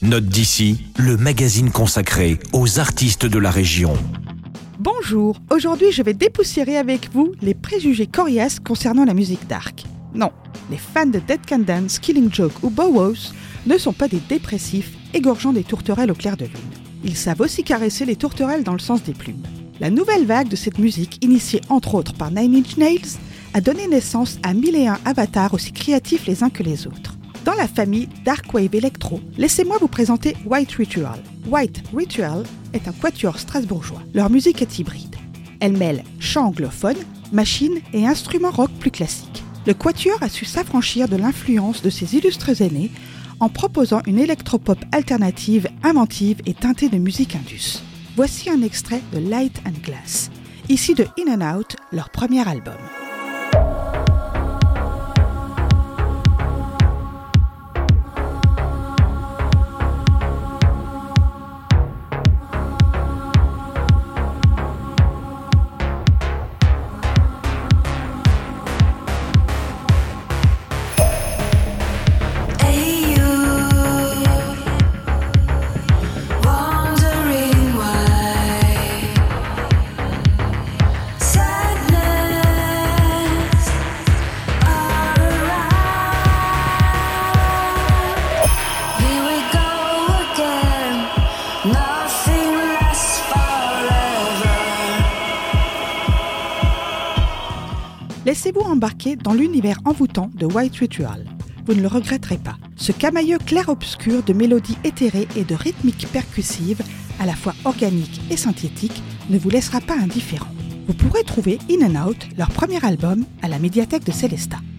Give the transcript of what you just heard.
Note d'ici, le magazine consacré aux artistes de la région. Bonjour, aujourd'hui je vais dépoussiérer avec vous les préjugés coriaces concernant la musique dark. Non, les fans de Dead Can Dance, Killing Joke ou Bow Wow ne sont pas des dépressifs égorgeant des tourterelles au clair de lune. Ils savent aussi caresser les tourterelles dans le sens des plumes. La nouvelle vague de cette musique, initiée entre autres par Nine Inch Nails, a donné naissance à 1001 avatars aussi créatifs les uns que les autres. Dans la famille Dark Wave Electro, laissez-moi vous présenter White Ritual. White Ritual est un quatuor strasbourgeois. Leur musique est hybride. Elle mêle chant anglophone, machines et instruments rock plus classiques. Le quatuor a su s'affranchir de l'influence de ses illustres aînés en proposant une électropop alternative, inventive et teintée de musique indus. Voici un extrait de Light and Glass, issu de In and Out, leur premier album. Laissez-vous embarquer dans l'univers envoûtant de White Ritual. Vous ne le regretterez pas. Ce camailleux clair-obscur de mélodies éthérées et de rythmiques percussives, à la fois organiques et synthétiques, ne vous laissera pas indifférent. Vous pourrez trouver In and Out, leur premier album, à la médiathèque de Célestat.